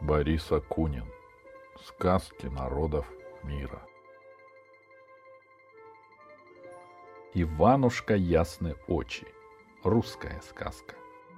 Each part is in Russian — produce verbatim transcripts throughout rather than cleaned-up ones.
Борис Акунин. Сказки народов мира. Иванушка ясны очи. Русская сказка.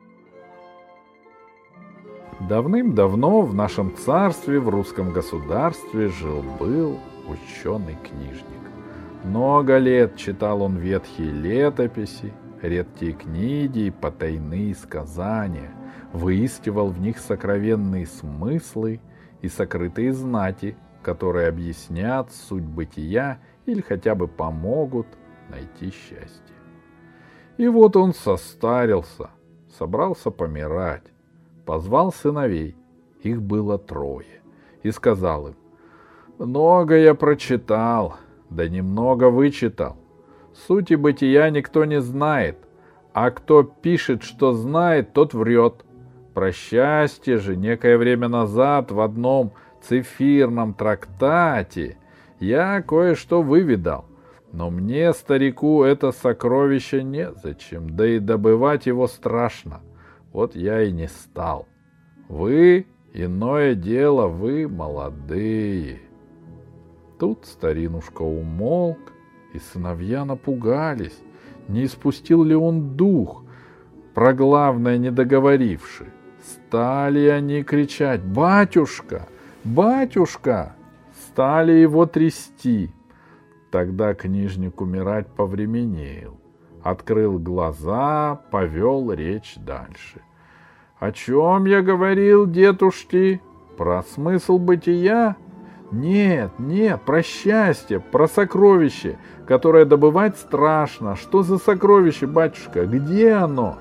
Давным-давно в нашем царстве, в русском государстве жил-был ученый-книжник. Много лет читал он ветхие летописи, редкие книги и потайные сказания, выискивал в них сокровенные смыслы и сокрытые знати, которые объяснят суть бытия или хотя бы помогут найти счастье. И вот он состарился, собрался помирать, позвал сыновей, их было трое, и сказал им: «Много я прочитал, да немного вычитал. Сути бытия никто не знает, а кто пишет, что знает, тот врет. Про счастье же некое время назад в одном цифирном трактате я кое-что выведал, но мне, старику, это сокровище незачем, да и добывать его страшно. Вот я и не стал. Вы — иное дело, вы молодые». Тут старинушка умолк, и сыновья напугались, не испустил ли он дух, про главное не договоривши. Стали они кричать: «Батюшка! Батюшка!» Стали его трясти. Тогда книжник умирать повременил, открыл глаза, повел речь дальше. «О чем я говорил, дедушки? Про смысл бытия? Нет, нет, про счастье, про сокровище, которое добывать страшно. Что за сокровище, батюшка? Где оно?»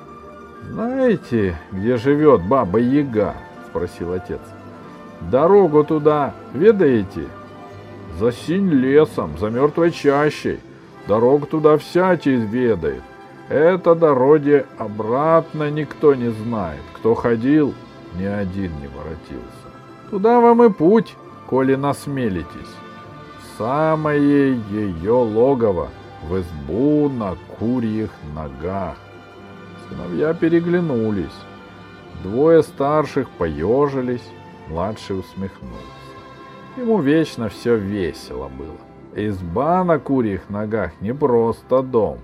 «Знаете, где живет Баба-Яга?» — спросил отец. «Дорогу туда ведаете?» «За синь лесом, за мертвой чащей. Дорогу туда всякий ведает. Это дороги обратно никто не знает. Кто ходил, ни один не воротился. Туда вам и путь, коли насмелитесь. В самое ее логово, в избу на курьих ногах». Сыновья переглянулись. Двое старших поежились, младший усмехнулся. Ему вечно все весело было. Изба на курьих ногах не просто дом.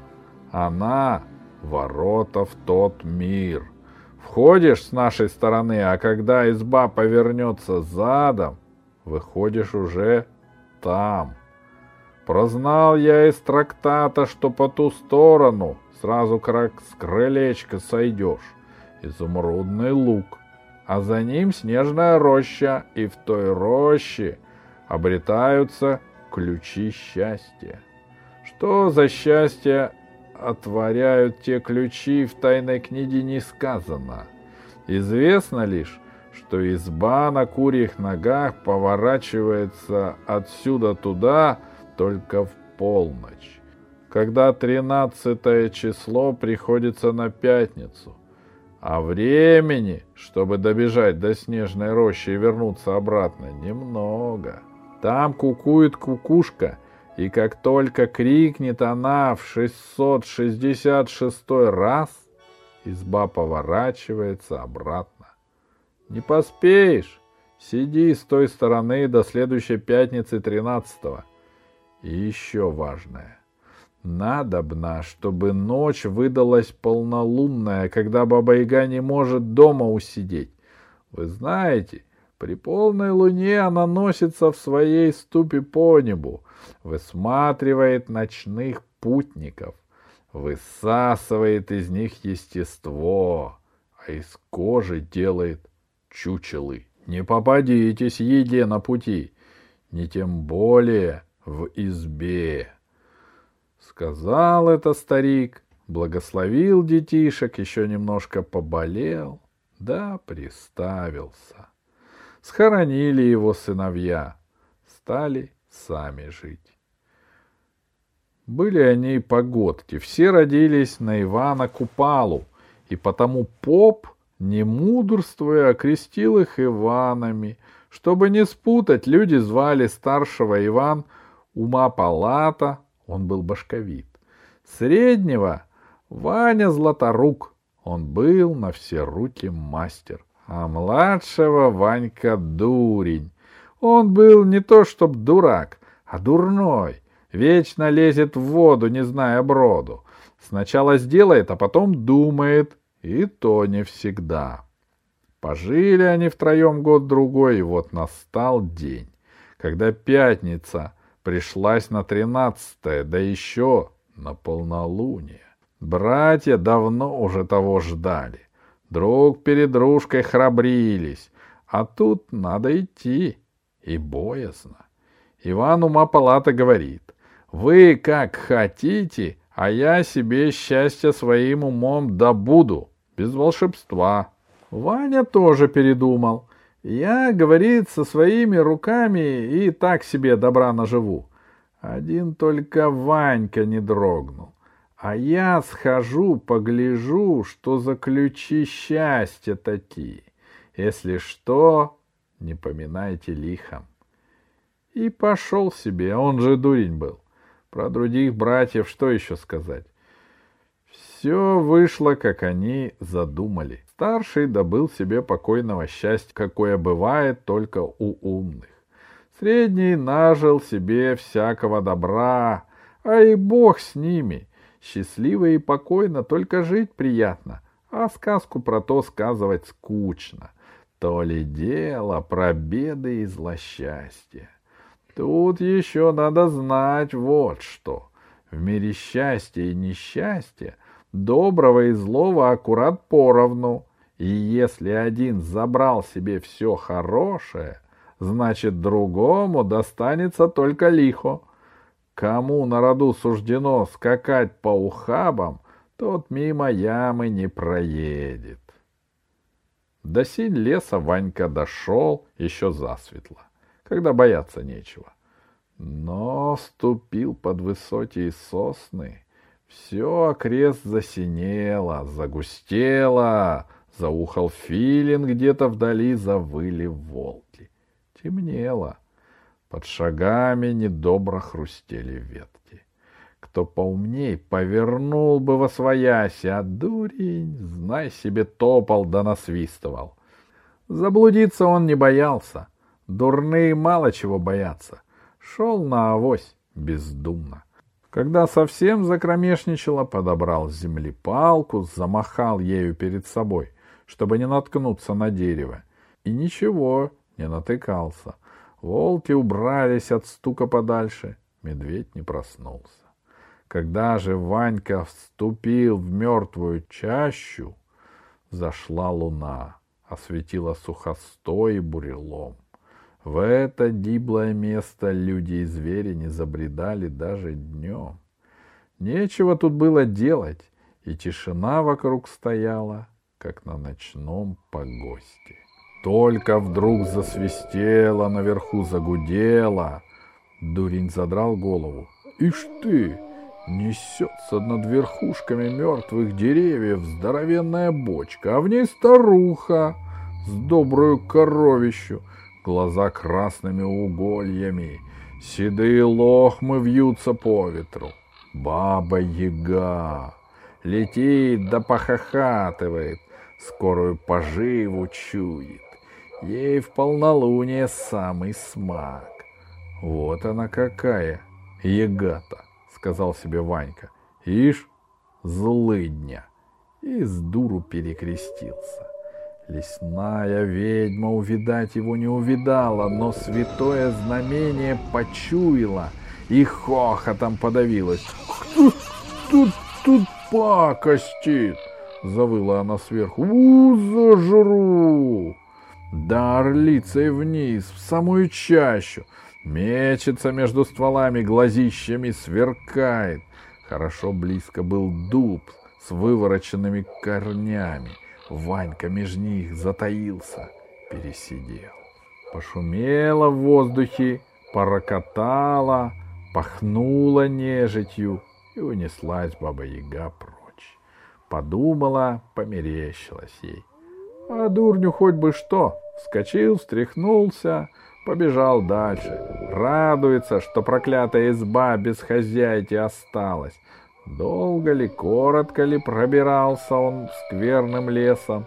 Она — ворота в тот мир. Входишь с нашей стороны, а когда изба повернется задом, выходишь уже там. Прознал я из трактата, что по ту сторону сразу как с крылечка сойдешь. Изумрудный луг, а за ним снежная роща, и в той роще обретаются ключи счастья. Что за счастье отворяют те ключи, в тайной книге не сказано. Известно лишь, что изба на курьих ногах поворачивается отсюда туда только в полночь, когда тринадцатое число приходится на пятницу, а времени, чтобы добежать до снежной рощи и вернуться обратно, немного. Там кукует кукушка, и как только крикнет она в шестьсот шестьдесят шестой раз, изба поворачивается обратно. Не поспеешь, сиди с той стороны до следующей пятницы тринадцатого. И еще важное. Надобно, чтобы ночь выдалась полнолунная, когда Баба-Яга не может дома усидеть. Вы знаете, при полной луне она носится в своей ступе по небу, высматривает ночных путников, высасывает из них естество, а из кожи делает чучелы. Не попадитесь еде на пути, не тем более в избе. Сказал это старик, благословил детишек, еще немножко поболел, да приставился. Схоронили его сыновья, стали сами жить. Были они погодки, все родились на Ивана Купалу, и потому поп, не мудрствуя, окрестил их Иванами. Чтобы не спутать, люди звали старшего Иван Ума-Палата, он был башковит. Среднего — Ваня Златорук, он был на все руки мастер. А младшего Ванька дурень. Он был не то чтоб дурак, а дурной. Вечно лезет в воду, не зная броду. Сначала сделает, а потом думает. И то не всегда. Пожили они втроем год-другой, и вот настал день, когда пятница пришлась на тринадцатое, да еще на полнолуние. Братья давно уже того ждали. Друг перед дружкой храбрились, а тут надо идти, и боязно. Иван ума палата говорит: «Вы как хотите, а я себе счастье своим умом добуду, без волшебства». Ваня тоже передумал. «Я, — говорит, — со своими руками и так себе добра наживу». Один только Ванька не дрогнул. «А я схожу, погляжу, что за ключи счастья такие. Если что, не поминайте лихом». И пошел себе, он же дурень был. Про других братьев что еще сказать? Все вышло, как они задумали. Старший добыл себе покойного счастья, какое бывает только у умных. Средний нажил себе всякого добра, а и бог с ними. Счастливо и покойно, только жить приятно, а сказку про то сказывать скучно. То ли дело про беды и злосчастья. Тут еще надо знать вот что. В мире счастья и несчастья доброго и злого аккурат поровну. И если один забрал себе все хорошее, значит, другому достанется только лихо. Кому на роду суждено скакать по ухабам, тот мимо ямы не проедет. До синь леса Ванька дошел еще засветло, когда бояться нечего. Но ступил под высокие сосны, все окрест засинело, загустело, заухал филин, где-то вдали завыли волки. Темнело. Под шагами недобро хрустели ветки. Кто поумней, повернул бы восвоясь, а дурень, знай себе, топал да насвистывал. Заблудиться он не боялся. Дурные мало чего боятся. Шел наавось, бездумно. Когда совсем закромешничало, подобрал с земли палку, замахал ею перед собой, чтобы не наткнуться на дерево. И ничего, не натыкался. Волки убрались от стука подальше, медведь не проснулся. Когда же Ванька вступил в мертвую чащу, зашла луна, осветила сухостой и бурелом. В это диблое место люди и звери не забредали даже днем. Нечего тут было делать, и тишина вокруг стояла, как на ночном погосте. Только вдруг засвистело, наверху загудело. Дурень задрал голову. Ишь ты! Несется над верхушками мертвых деревьев здоровенная бочка, а в ней старуха с добрую коровищу, глаза красными угольями, седые лохмы вьются по ветру. Баба-яга летит да похохатывает, скорую поживу чует. Ей в полнолуние самый смак. Вот она какая, яга-то, сказал себе Ванька. Ишь, злыдня. И с дуру перекрестился. Лесная ведьма увидать его не увидала, но святое знамение почуяла и хохотом подавилась. «Кто тут, тут пакостит?» — завыла она сверху. «У, зажру!» Да орлицей вниз, в самую чащу, мечется между стволами, глазищами сверкает. Хорошо близко был дуб с вывороченными корнями. Ванька меж них затаился, пересидел. Пошумело в воздухе, порокотало, пахнуло нежитью, и унеслась баба-яга прочь. Подумала, померещилась ей. А дурню хоть бы что. Вскочил, встряхнулся, побежал дальше. Радуется, что проклятая изба без хозяйки осталась. Долго ли, коротко ли пробирался он скверным лесом,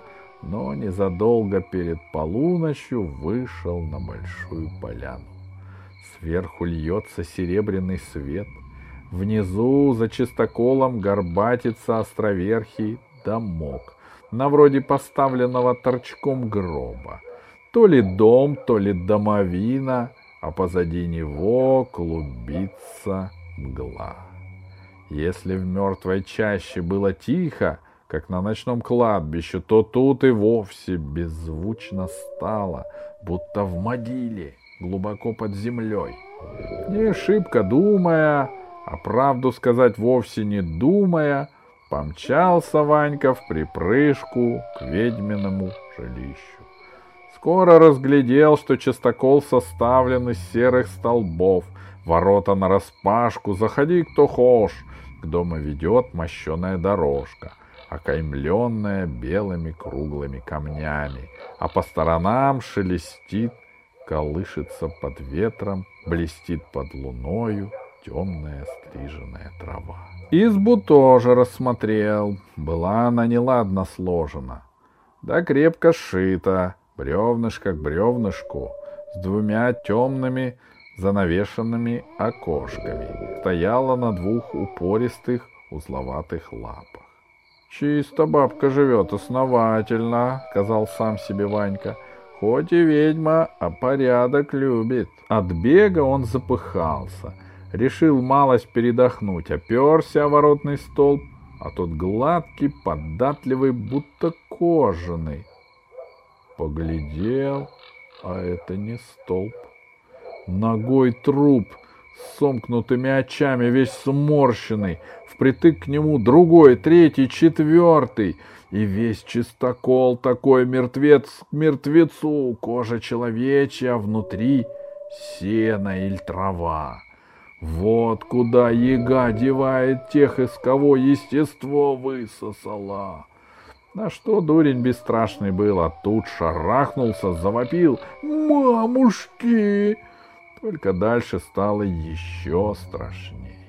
но незадолго перед полуночью вышел на большую поляну. Сверху льется серебряный свет, внизу за чистоколом горбатится островерхий домок, на вроде поставленного торчком гроба. То ли дом, то ли домовина, а позади него клубится мгла. Если в мертвой чаще было тихо, как на ночном кладбище, то тут и вовсе беззвучно стало, будто в могиле, глубоко под землей. Не шибко думая, а правду сказать вовсе не думая, помчался Ванька в припрыжку к ведьминому жилищу. Скоро разглядел, что частокол составлен из серых столбов, ворота нараспашку, заходи кто хошь, к дому ведет мощеная дорожка, окаймленная белыми круглыми камнями, а по сторонам шелестит, колышется под ветром, блестит под луною темная стриженная трава. Избу тоже рассмотрел, была она неладно сложена, да крепко сшита, бревнышко к бревнышку, с двумя темными занавешенными окошками, стояла на двух упористых узловатых лапах. «Чисто бабка живет основательно», — сказал сам себе Ванька. «Хоть и ведьма, а порядок любит». От бега он запыхался, решил малость передохнуть, оперся о воротный столб, а тот гладкий, податливый, будто кожаный. Поглядел, а это не столб. Ногой труп с сомкнутыми очами, весь сморщенный, впритык к нему другой, третий, четвертый, и весь чистокол такой, мертвец к мертвецу, кожа человечья, а внутри сено или трава. Вот куда яга девает тех, из кого естество высосала. На что дурень бесстрашный был, а тут шарахнулся, завопил: «Мамушки!» Только дальше стало еще страшней.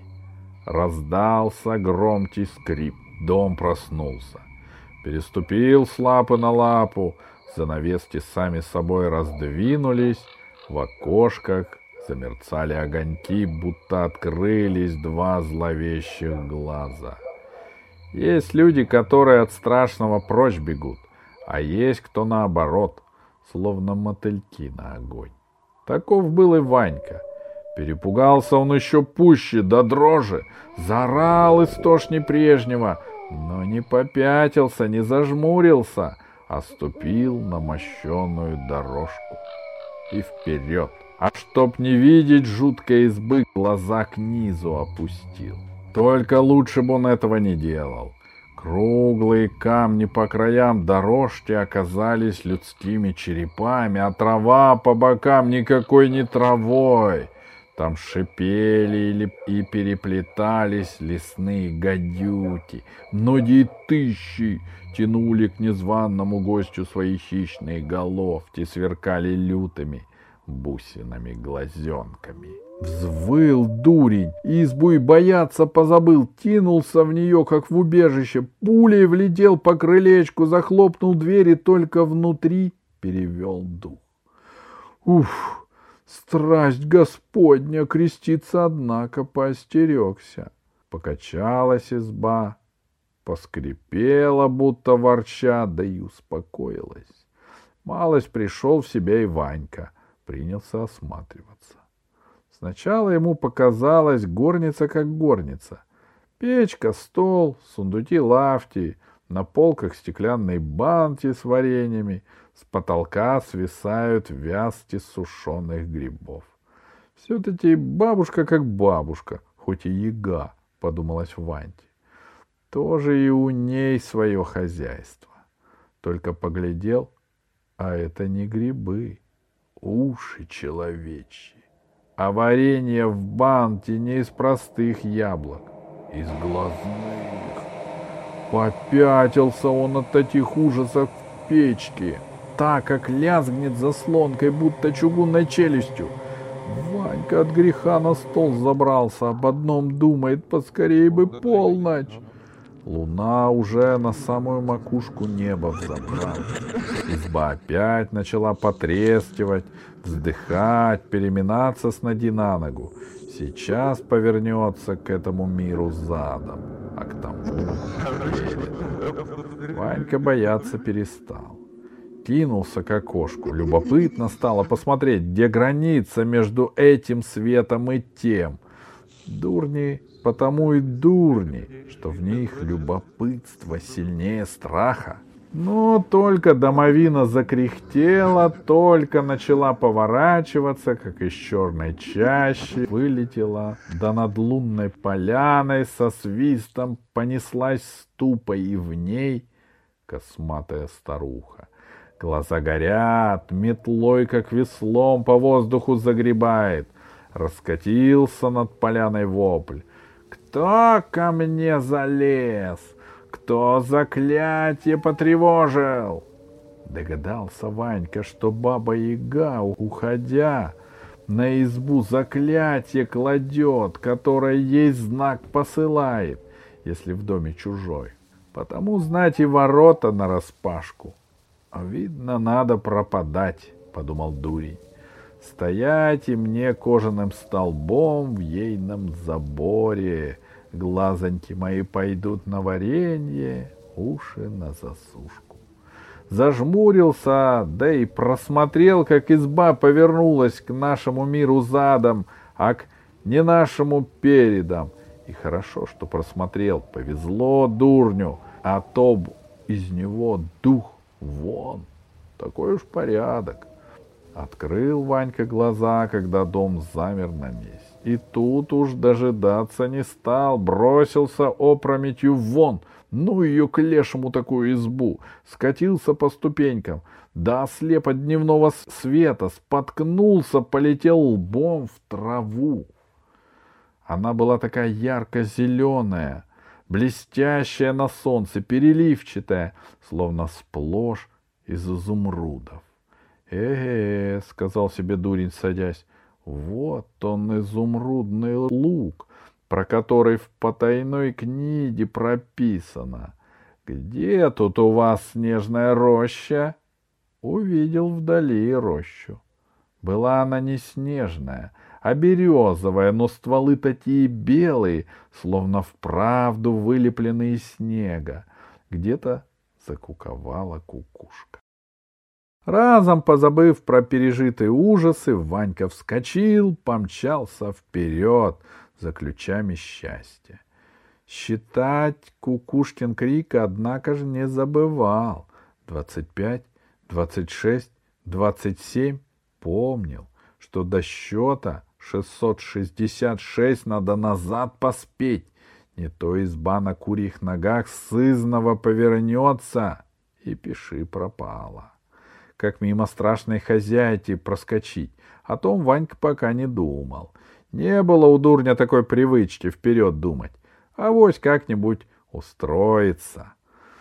Раздался громкий скрип, дом проснулся. Переступил с лапы на лапу, занавески сами собой раздвинулись, в окошках замерцали огоньки, будто открылись два зловещих глаза. Есть люди, которые от страшного прочь бегут, а есть кто наоборот, словно мотыльки на огонь. Таков был и Ванька. Перепугался он еще пуще, до дрожи, заорал истошней прежнего, но не попятился, не зажмурился, а ступил на мощеную дорожку и вперед. А чтоб не видеть жуткой избы, глаза к низу опустил. Только лучше бы он этого не делал. Круглые камни по краям дорожки оказались людскими черепами, а трава по бокам никакой не травой. Там шипели и переплетались лесные гадюки. Многие тысячи тянули к незваному гостю свои хищные головки, сверкали лютыми бусинами глазенками. Взвыл дурень, избу и бояться позабыл, кинулся в нее, как в убежище, пулей влетел по крылечку, захлопнул дверь и только внутри перевел дух. Уф, страсть Господня, креститься, однако, поостерегся. Покачалась изба, поскрипела, будто ворча, да и успокоилась. Малость пришел в себя и Ванька, принялся осматриваться. Сначала ему показалась горница как горница. Печка, стол, сундуки, лавки, на полках стеклянные банки с вареньями, с потолка свисают вязки сушеных грибов. Все-таки бабушка как бабушка, хоть и яга, подумалось Ваньке. Тоже и у ней свое хозяйство. Только поглядел, а это не грибы, уши человечьи. А варенье в банке не из простых яблок, из глазных. Попятился он от таких ужасов в печке, так как лязгнет заслонкой, будто чугунной челюстью. Ванька от греха на стол забрался, об одном думает: поскорей бы полночь. Луна уже на самую макушку неба взобралась. Изба опять начала потрескивать, вздыхать, переминаться с ноги на ногу. Сейчас повернется к этому миру задом, а к тому передом. Ванька бояться перестал. Кинулся к окошку. Любопытно стало посмотреть, где граница между этим светом и тем. Дурни потому и дурни, что в них любопытство сильнее страха. Но только домовина закряхтела, только начала поворачиваться, как из черной чащи вылетела, да над лунной поляной со свистом понеслась ступой, и в ней косматая старуха. Глаза горят, метлой, как веслом, по воздуху загребает. Раскатился над поляной вопль. «Кто ко мне залез? Кто заклятие потревожил?» Догадался Ванька, что баба-яга, уходя, на избу заклятие кладет, которое ей знак посылает, если в доме чужой. Потому, знать, и ворота нараспашку. «Видно, надо пропадать», — подумал дурень. «Стоять и мне кожаным столбом в ейном заборе. Глазоньки мои пойдут на варенье, уши на засушку». Зажмурился, да и просмотрел, как изба повернулась к нашему миру задом, а к не нашему передом. И хорошо, что просмотрел, повезло дурню, а то б из него дух вон. Такой уж порядок. Открыл Ванька глаза, когда дом замер на месте. И тут уж дожидаться не стал, бросился опрометью вон, ну ее к лешему такую избу, скатился по ступенькам, да ослеп от дневного света, споткнулся, полетел лбом в траву. Она была такая ярко-зеленая, блестящая на солнце, переливчатая, словно сплошь из изумрудов. «Э-э-э», — сказал себе дурень, садясь, — «вот он, изумрудный луг, про который в потайной книге прописано. Где тут у вас снежная роща?» Увидел вдали рощу. Была она не снежная, а березовая, но стволы такие белые, словно вправду вылепленные из снега. Где-то закуковала кукушка. Разом позабыв про пережитые ужасы, Ванька вскочил, помчался вперед за ключами счастья. Считать кукушкин крик, однако же, не забывал. Двадцать пять, двадцать шесть, двадцать семь. Помнил, что до счета шестьсот шестьдесят шесть надо назад поспеть. Не то изба на курьих ногах сызнова повернется, и пиши пропало. Как мимо страшной хозяйки проскочить, о том Ванька пока не думал. Не было у дурня такой привычки вперед думать. Авось как-нибудь устроится.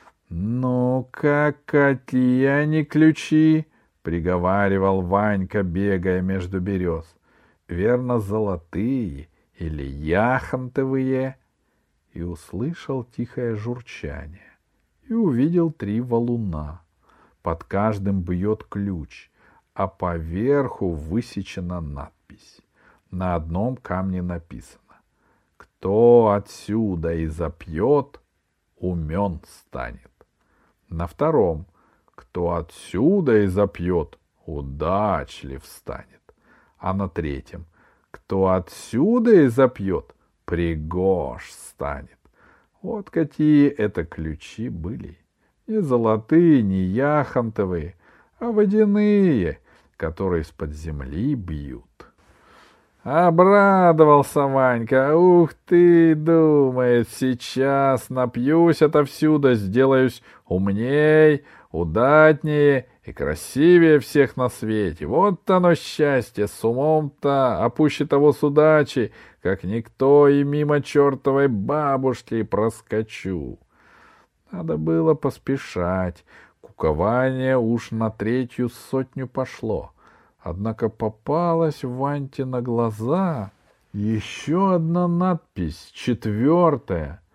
«Ну, как какие они ключи?» — приговаривал Ванька, бегая между берез. «Верно, золотые или яхонтовые?» И услышал тихое журчание. И увидел три валуна. Под каждым бьет ключ, а поверху высечена надпись. На одном камне написано: «Кто отсюда и запьет, умен станет». На втором: «Кто отсюда и запьет, удачлив станет». А на третьем: «Кто отсюда и запьет, пригож станет». Вот какие это ключи были. Не золотые, не яхонтовые, а водяные, которые из-под земли бьют. Обрадовался Ванька. Ух ты, думает, сейчас напьюсь отовсюду, сделаюсь умней, удатнее и красивее всех на свете. Вот оно счастье, с умом-то, а пуще того с удачей, как никто, и мимо чертовой бабушки проскочу. Надо было поспешать. Кукование уж на третью сотню пошло. Однако попалась Ваньке на глаза еще одна надпись, четвертая.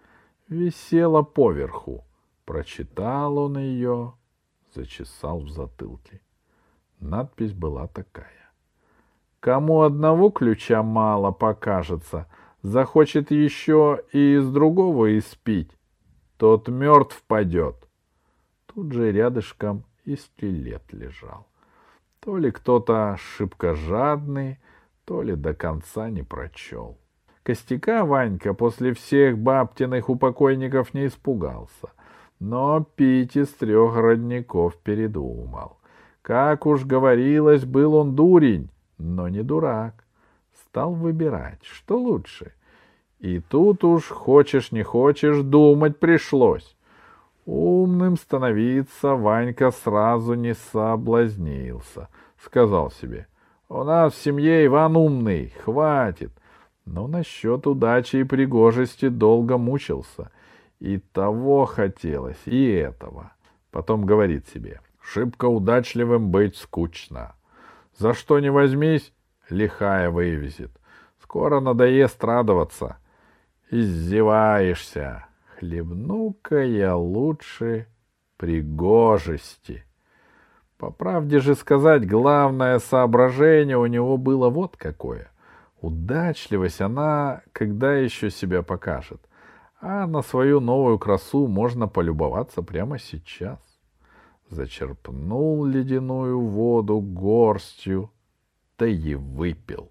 висела поверху. Прочитал он ее, зачесал в затылке. Надпись была такая: «Кому одного ключа мало покажется, захочет еще и из другого испить, тот мертв падет». Тут же рядышком и скелет лежал. То ли кто-то шибко жадный, то ли до конца не прочел. Костяка Ванька после всех бабтиных упокойников не испугался, но пить из трех родников передумал. Как уж говорилось, был он дурень, но не дурак. Стал выбирать, что лучше. И тут уж, хочешь не хочешь, думать пришлось. Умным становиться Ванька сразу не соблазнился. Сказал себе: у нас в семье Иван умный, хватит. Но насчет удачи и пригожести долго мучился. И того хотелось, и этого. Потом говорит себе: шибко удачливым быть скучно. За что ни возьмись, лихая вывезет. Скоро надоест радоваться. Издеваешься. Хлебну-ка я лучше пригожести. По правде же сказать, главное соображение у него было вот какое. Удачливость она когда еще себя покажет, а на свою новую красу можно полюбоваться прямо сейчас. Зачерпнул ледяную воду горстью, да и выпил.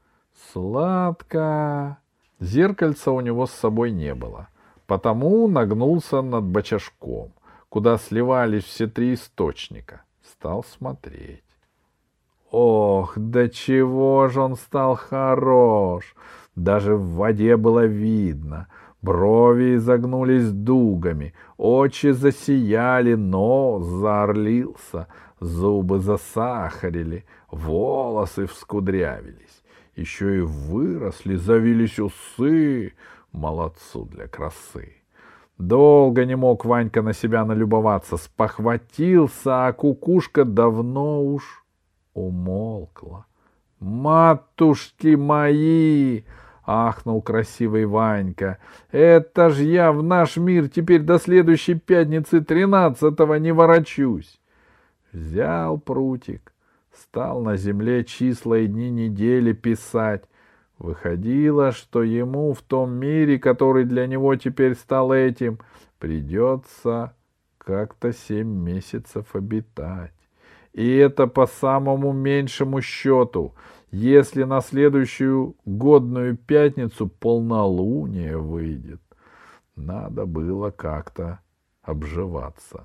Сладко. Зеркальца у него с собой не было, потому нагнулся над бочажком, куда сливались все три источника. Стал смотреть. Ох, да чего же он стал хорош! Даже в воде было видно. Брови изогнулись дугами, очи засияли, нос заорлился, зубы засахарили, волосы вскудрявились. Еще и выросли, завились усы. Молодцу для красы. Долго не мог Ванька на себя налюбоваться, спохватился, а кукушка давно уж умолкла. «Матушки мои!» — ахнул красивый Ванька. «Это ж я в наш мир теперь до следующей пятницы тринадцатого не ворочусь!» Взял прутик, стал на земле числа и дни недели писать. Выходило, что ему в том мире, который для него теперь стал этим, придется как-то семь месяцев обитать. И это по самому меньшему счету, если на следующую годную пятницу полнолуние выйдет. Надо было как-то обживаться.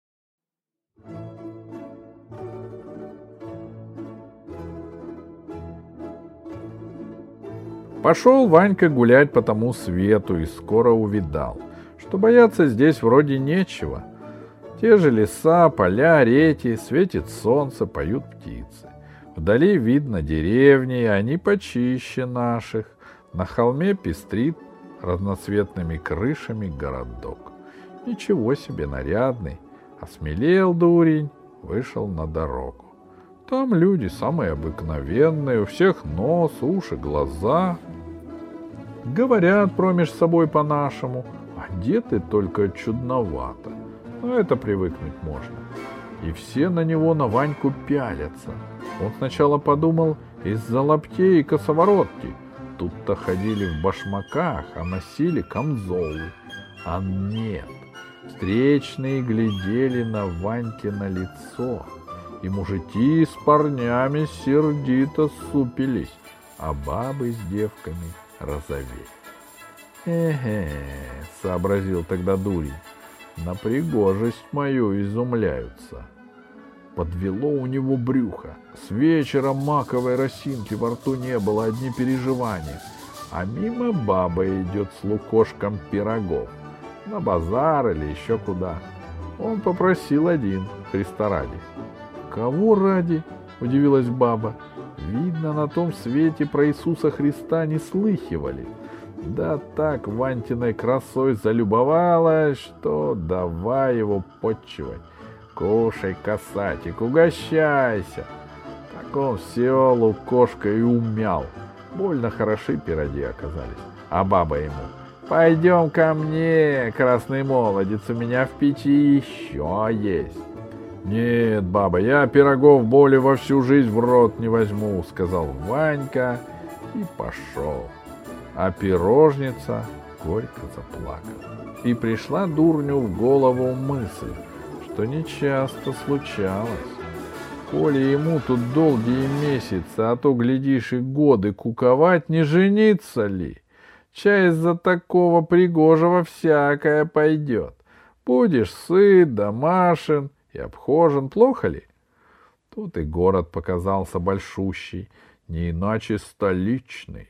Пошел Ванька гулять по тому свету и скоро увидал, что бояться здесь вроде нечего. Те же леса, поля, реки, светит солнце, поют птицы. Вдали видно деревни, и они почище наших. На холме пестрит разноцветными крышами городок. Ничего себе нарядный. Осмелел дурень, вышел на дорогу. Там люди самые обыкновенные, у всех нос, уши, глаза. Говорят промеж собой по-нашему, одеты только чудновато. Но это привыкнуть можно. И все на него, на Ваньку, пялятся. Он сначала подумал, из-за лаптей и косоворотки. Тут-то ходили в башмаках, а носили камзолы. А нет, встречные глядели на Ванькино лицо. И мужики с парнями сердито супились, а бабы с девками розовели. «Эге», — сообразил тогда дурень, — «на пригожесть мою изумляются». Подвело у него брюхо. С вечера маковой росинки во рту не было, одни переживания. А мимо баба идет с лукошком пирогов. На базар или еще куда. Он попросил один, Христа ради. «Кого ради?» — удивилась баба. Видно, на том свете про Иисуса Христа не слыхивали. Да так Вантиной красой залюбовалась, что давай его подчивать. Кушай, касатик, угощайся. Так он все лукошко и умял. Больно хороши пироги оказались. А баба ему: Пойдем ко мне, красный молодец, у меня в печи еще есть. Нет, баба, я пирогов более во всю жизнь в рот не возьму, сказал Ванька и пошел. А пирожница горько заплакала. И пришла дурню в голову мысль, что нечасто случалось. Коли ему тут долгие месяцы, а то, глядишь, и годы куковать, не жениться ли? Чай из-за такого пригожего всякое пойдет. Будешь сыт, домашен и обхожен, плохо ли? Тут и город показался большущий, не иначе столичный.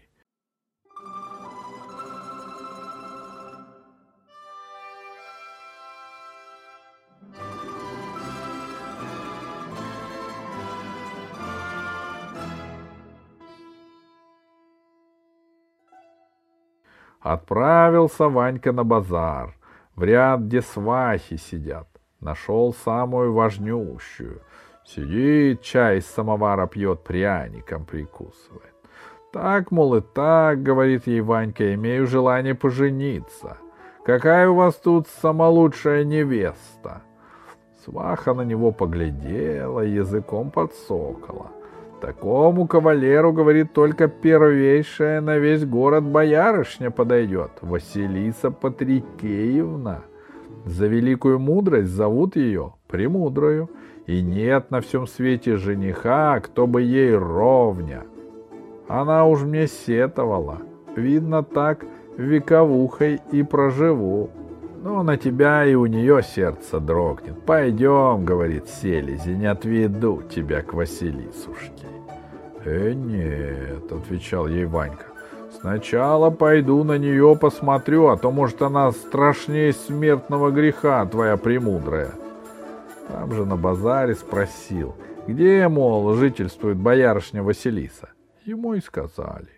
Отправился Ванька на базар, в ряд, где свахи сидят. Нашел самую важнющую. Сидит, чай из самовара пьет, пряником прикусывает. Так, мол, и так, говорит ей Ванька, имею желание пожениться. Какая у вас тут самая лучшая невеста? Сваха на него поглядела, языком подсокола. Такому кавалеру, говорит, только первейшая на весь город боярышня подойдет, Василиса Патрикеевна. За великую мудрость зовут ее Премудрою, и нет на всем свете жениха, кто бы ей ровня. Она уж мне сетовала, видно, так вековухой и проживу. Но на тебя и у нее сердце дрогнет. Пойдем, говорит, селезень, отведу тебя к Василисушке. Э, нет, отвечал ей Ванька. Сначала пойду на нее посмотрю, а то, может, она страшнее смертного греха, твоя премудрая. Там же на базаре спросил, где, мол, жительствует боярышня Василиса. Ему и сказали.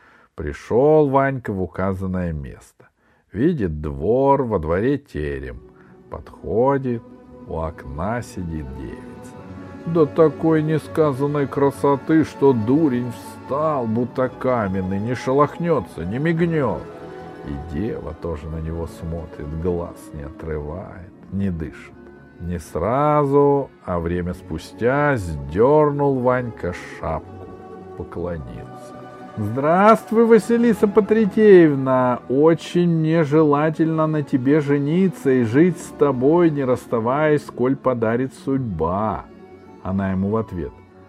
Пришел Ванька в указанное место. Видит двор, во дворе терем. Подходит, у окна сидит девица. Да такой несказанной красоты, что дурень встал, будто каменный, не шелохнется, не мигнет. И дева тоже на него смотрит, глаз не отрывает, не дышит. Не сразу, а время спустя сдернул Ванька шапку, поклонился. «Здравствуй, Василиса Патрикеевна! Очень мне желательно на тебе жениться и жить с тобой, не расставаясь, сколь подарит судьба». Она ему в ответ: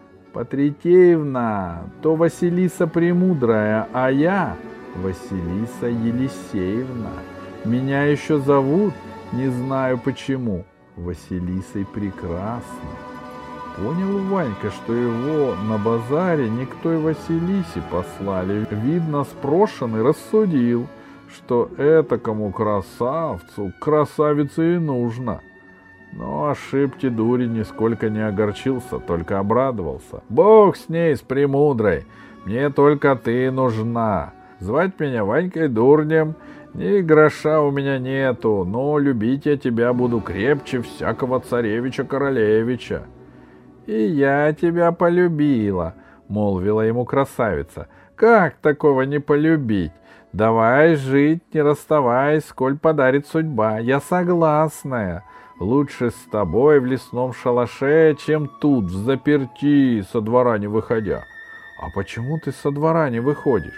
«Патрикеевна, то Василиса Премудрая, а я Василиса Елисеевна. Меня еще зовут, не знаю почему, Василисой Прекрасной». Понял Ванька, что его на базаре не к той Василисе послали. Видно, спрошенный рассудил, что этакому красавцу красавице и нужно. Но ошибки дури нисколько не огорчился, только обрадовался. «Бог с ней, с Премудрой, мне только ты нужна. Звать меня Ванькой Дурнем, ни гроша у меня нету, но любить я тебя буду крепче всякого царевича-королевича». «И я тебя полюбила», — молвила ему красавица. «Как такого не полюбить? Давай жить, не расставаясь, сколь подарит судьба. Я согласная. Лучше с тобой в лесном шалаше, чем тут, в заперти, со двора не выходя». «А почему ты со двора не выходишь?»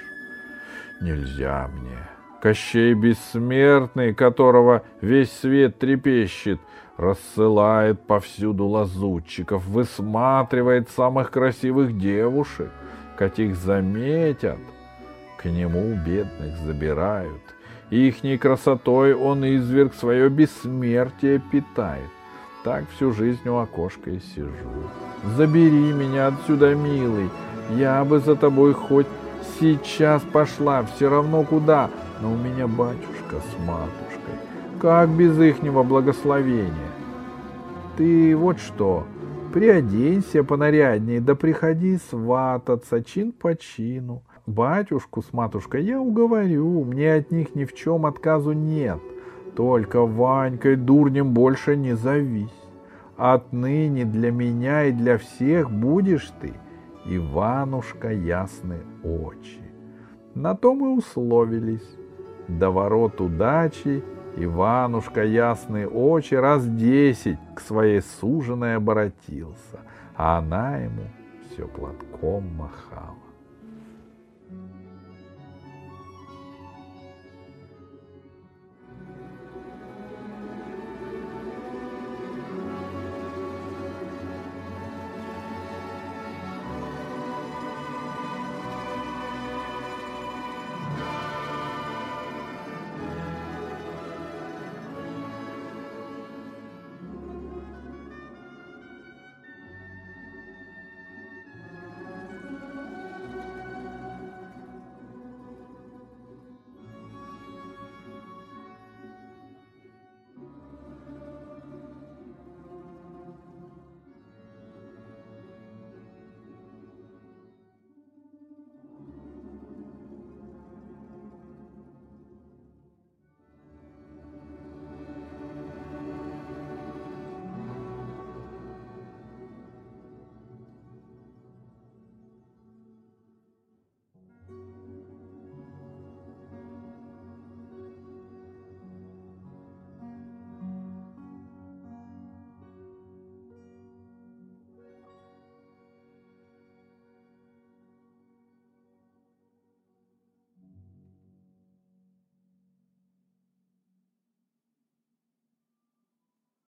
«Нельзя мне. Кощей Бессмертный, которого весь свет трепещет, рассылает повсюду лазутчиков, высматривает самых красивых девушек, каких заметят, к нему бедных забирают. Ихней красотой он изверг свое бессмертие питает. Так всю жизнь у окошка и сижу. Забери меня отсюда, милый, я бы за тобой хоть сейчас пошла, все равно куда, но у меня батюшка с матушкой. Как без ихнего благословения? Ты вот что, приоденься понарядней, да приходи свататься чин по чину. Батюшку с матушкой я уговорю, мне от них ни в чем отказу нет. Только Ванькой Дурнем больше не зовись. Отныне для меня и для всех будешь ты Иванушка Ясные Очи. На том и условились. До ворот удачи Иванушка ясные очи раз десять к своей суженой оборотился, а она ему все платком махала.